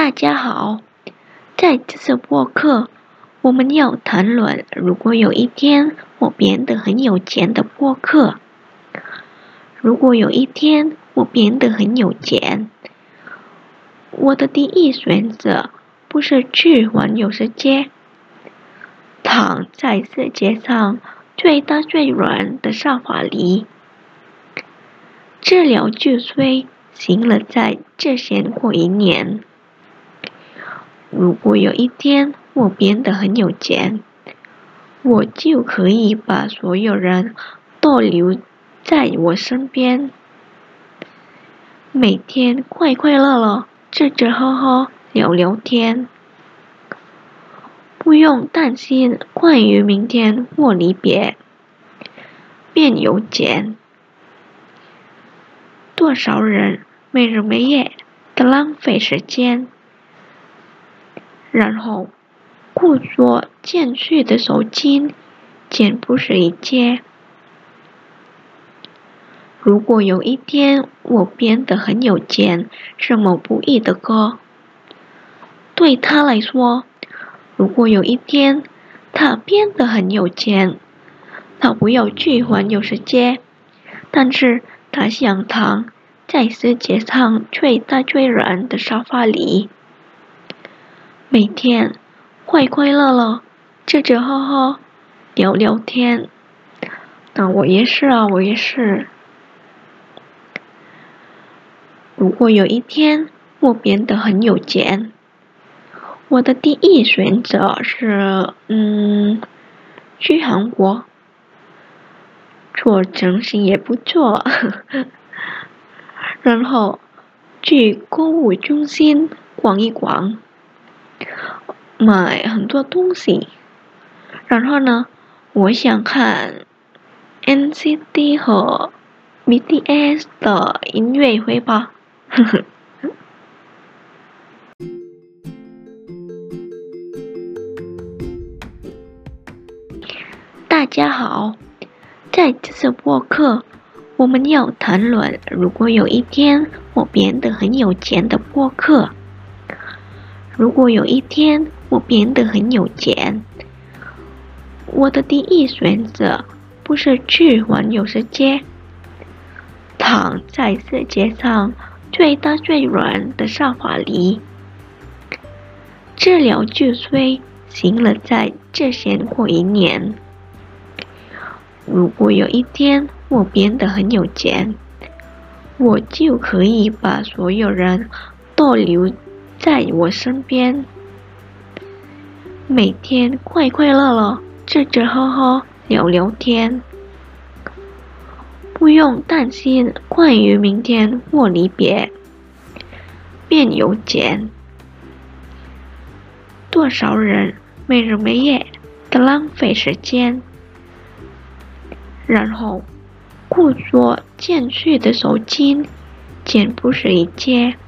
大家好，在这次播客，我们要谈论如果有一天我变得很有钱的播客。如果有一天我变得很有钱，我的第一选择不是去环游世界，躺在世界上最大最软的沙发里，治疗脊髓醒了再之前过一年。如果有一天我变得很有钱，我就可以把所有人都留在我身边，每天快快乐乐吃吃喝喝聊聊天，不用担心关于明天或离别。变有钱，多少人没日没夜的浪费时间，然后故作谦虚的手机简不是一切。如果有一天我变得很有钱，是某不易的歌。对他来说，如果有一天他变得很有钱，他不要去环游世界，但是他想躺在世界上最大最软的沙发里，每天快快乐乐吃吃喝喝聊聊天。那我也是啊，我也是。如果有一天我变得很有钱，我的第一选择是去韩国做整形也不错，然后去购物中心逛一逛，买很多东西。然后呢，我想看 NCT 和 BTS 的音乐会吧。大家好，在这次播客，我们要谈论如果有一天我变得很有钱的播客。如果有一天我变得很有钱，我的第一选择不是去环游世界，躺在世界上最大最软的沙发里，治疗脊髓醒了再之前过一年。如果有一天我变得很有钱，我就可以把所有人都留在我身边，每天快快乐乐吃吃喝喝聊聊天，不用担心关于明天或离别。变有钱，多少人没日没夜的浪费时间，然后故作谦虚的手机简不是一切。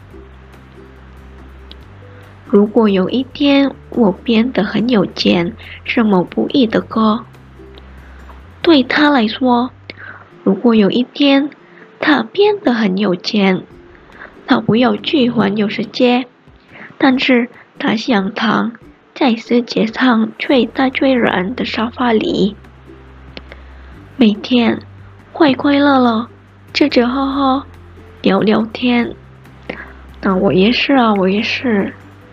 如果有一天我变得很有钱，是某不易的歌。对他来说，如果有一天他变得很有钱，他不要去环游世界，但是他想躺在世界上最大最软的沙发里，每天快快乐乐吃吃喝喝聊聊天。那我也是啊，我也是。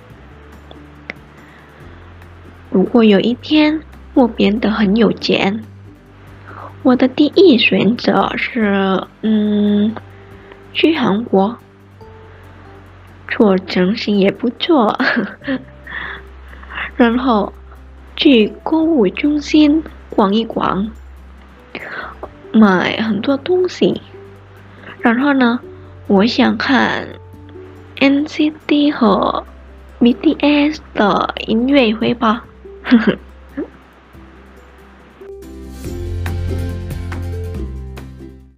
如果有一天我变得很有钱，我的第一选择是去韩国做整形也不错，然后去购物中心逛一逛，买很多东西。然后呢，我想看 NCT 和 BTS 的音乐会吧。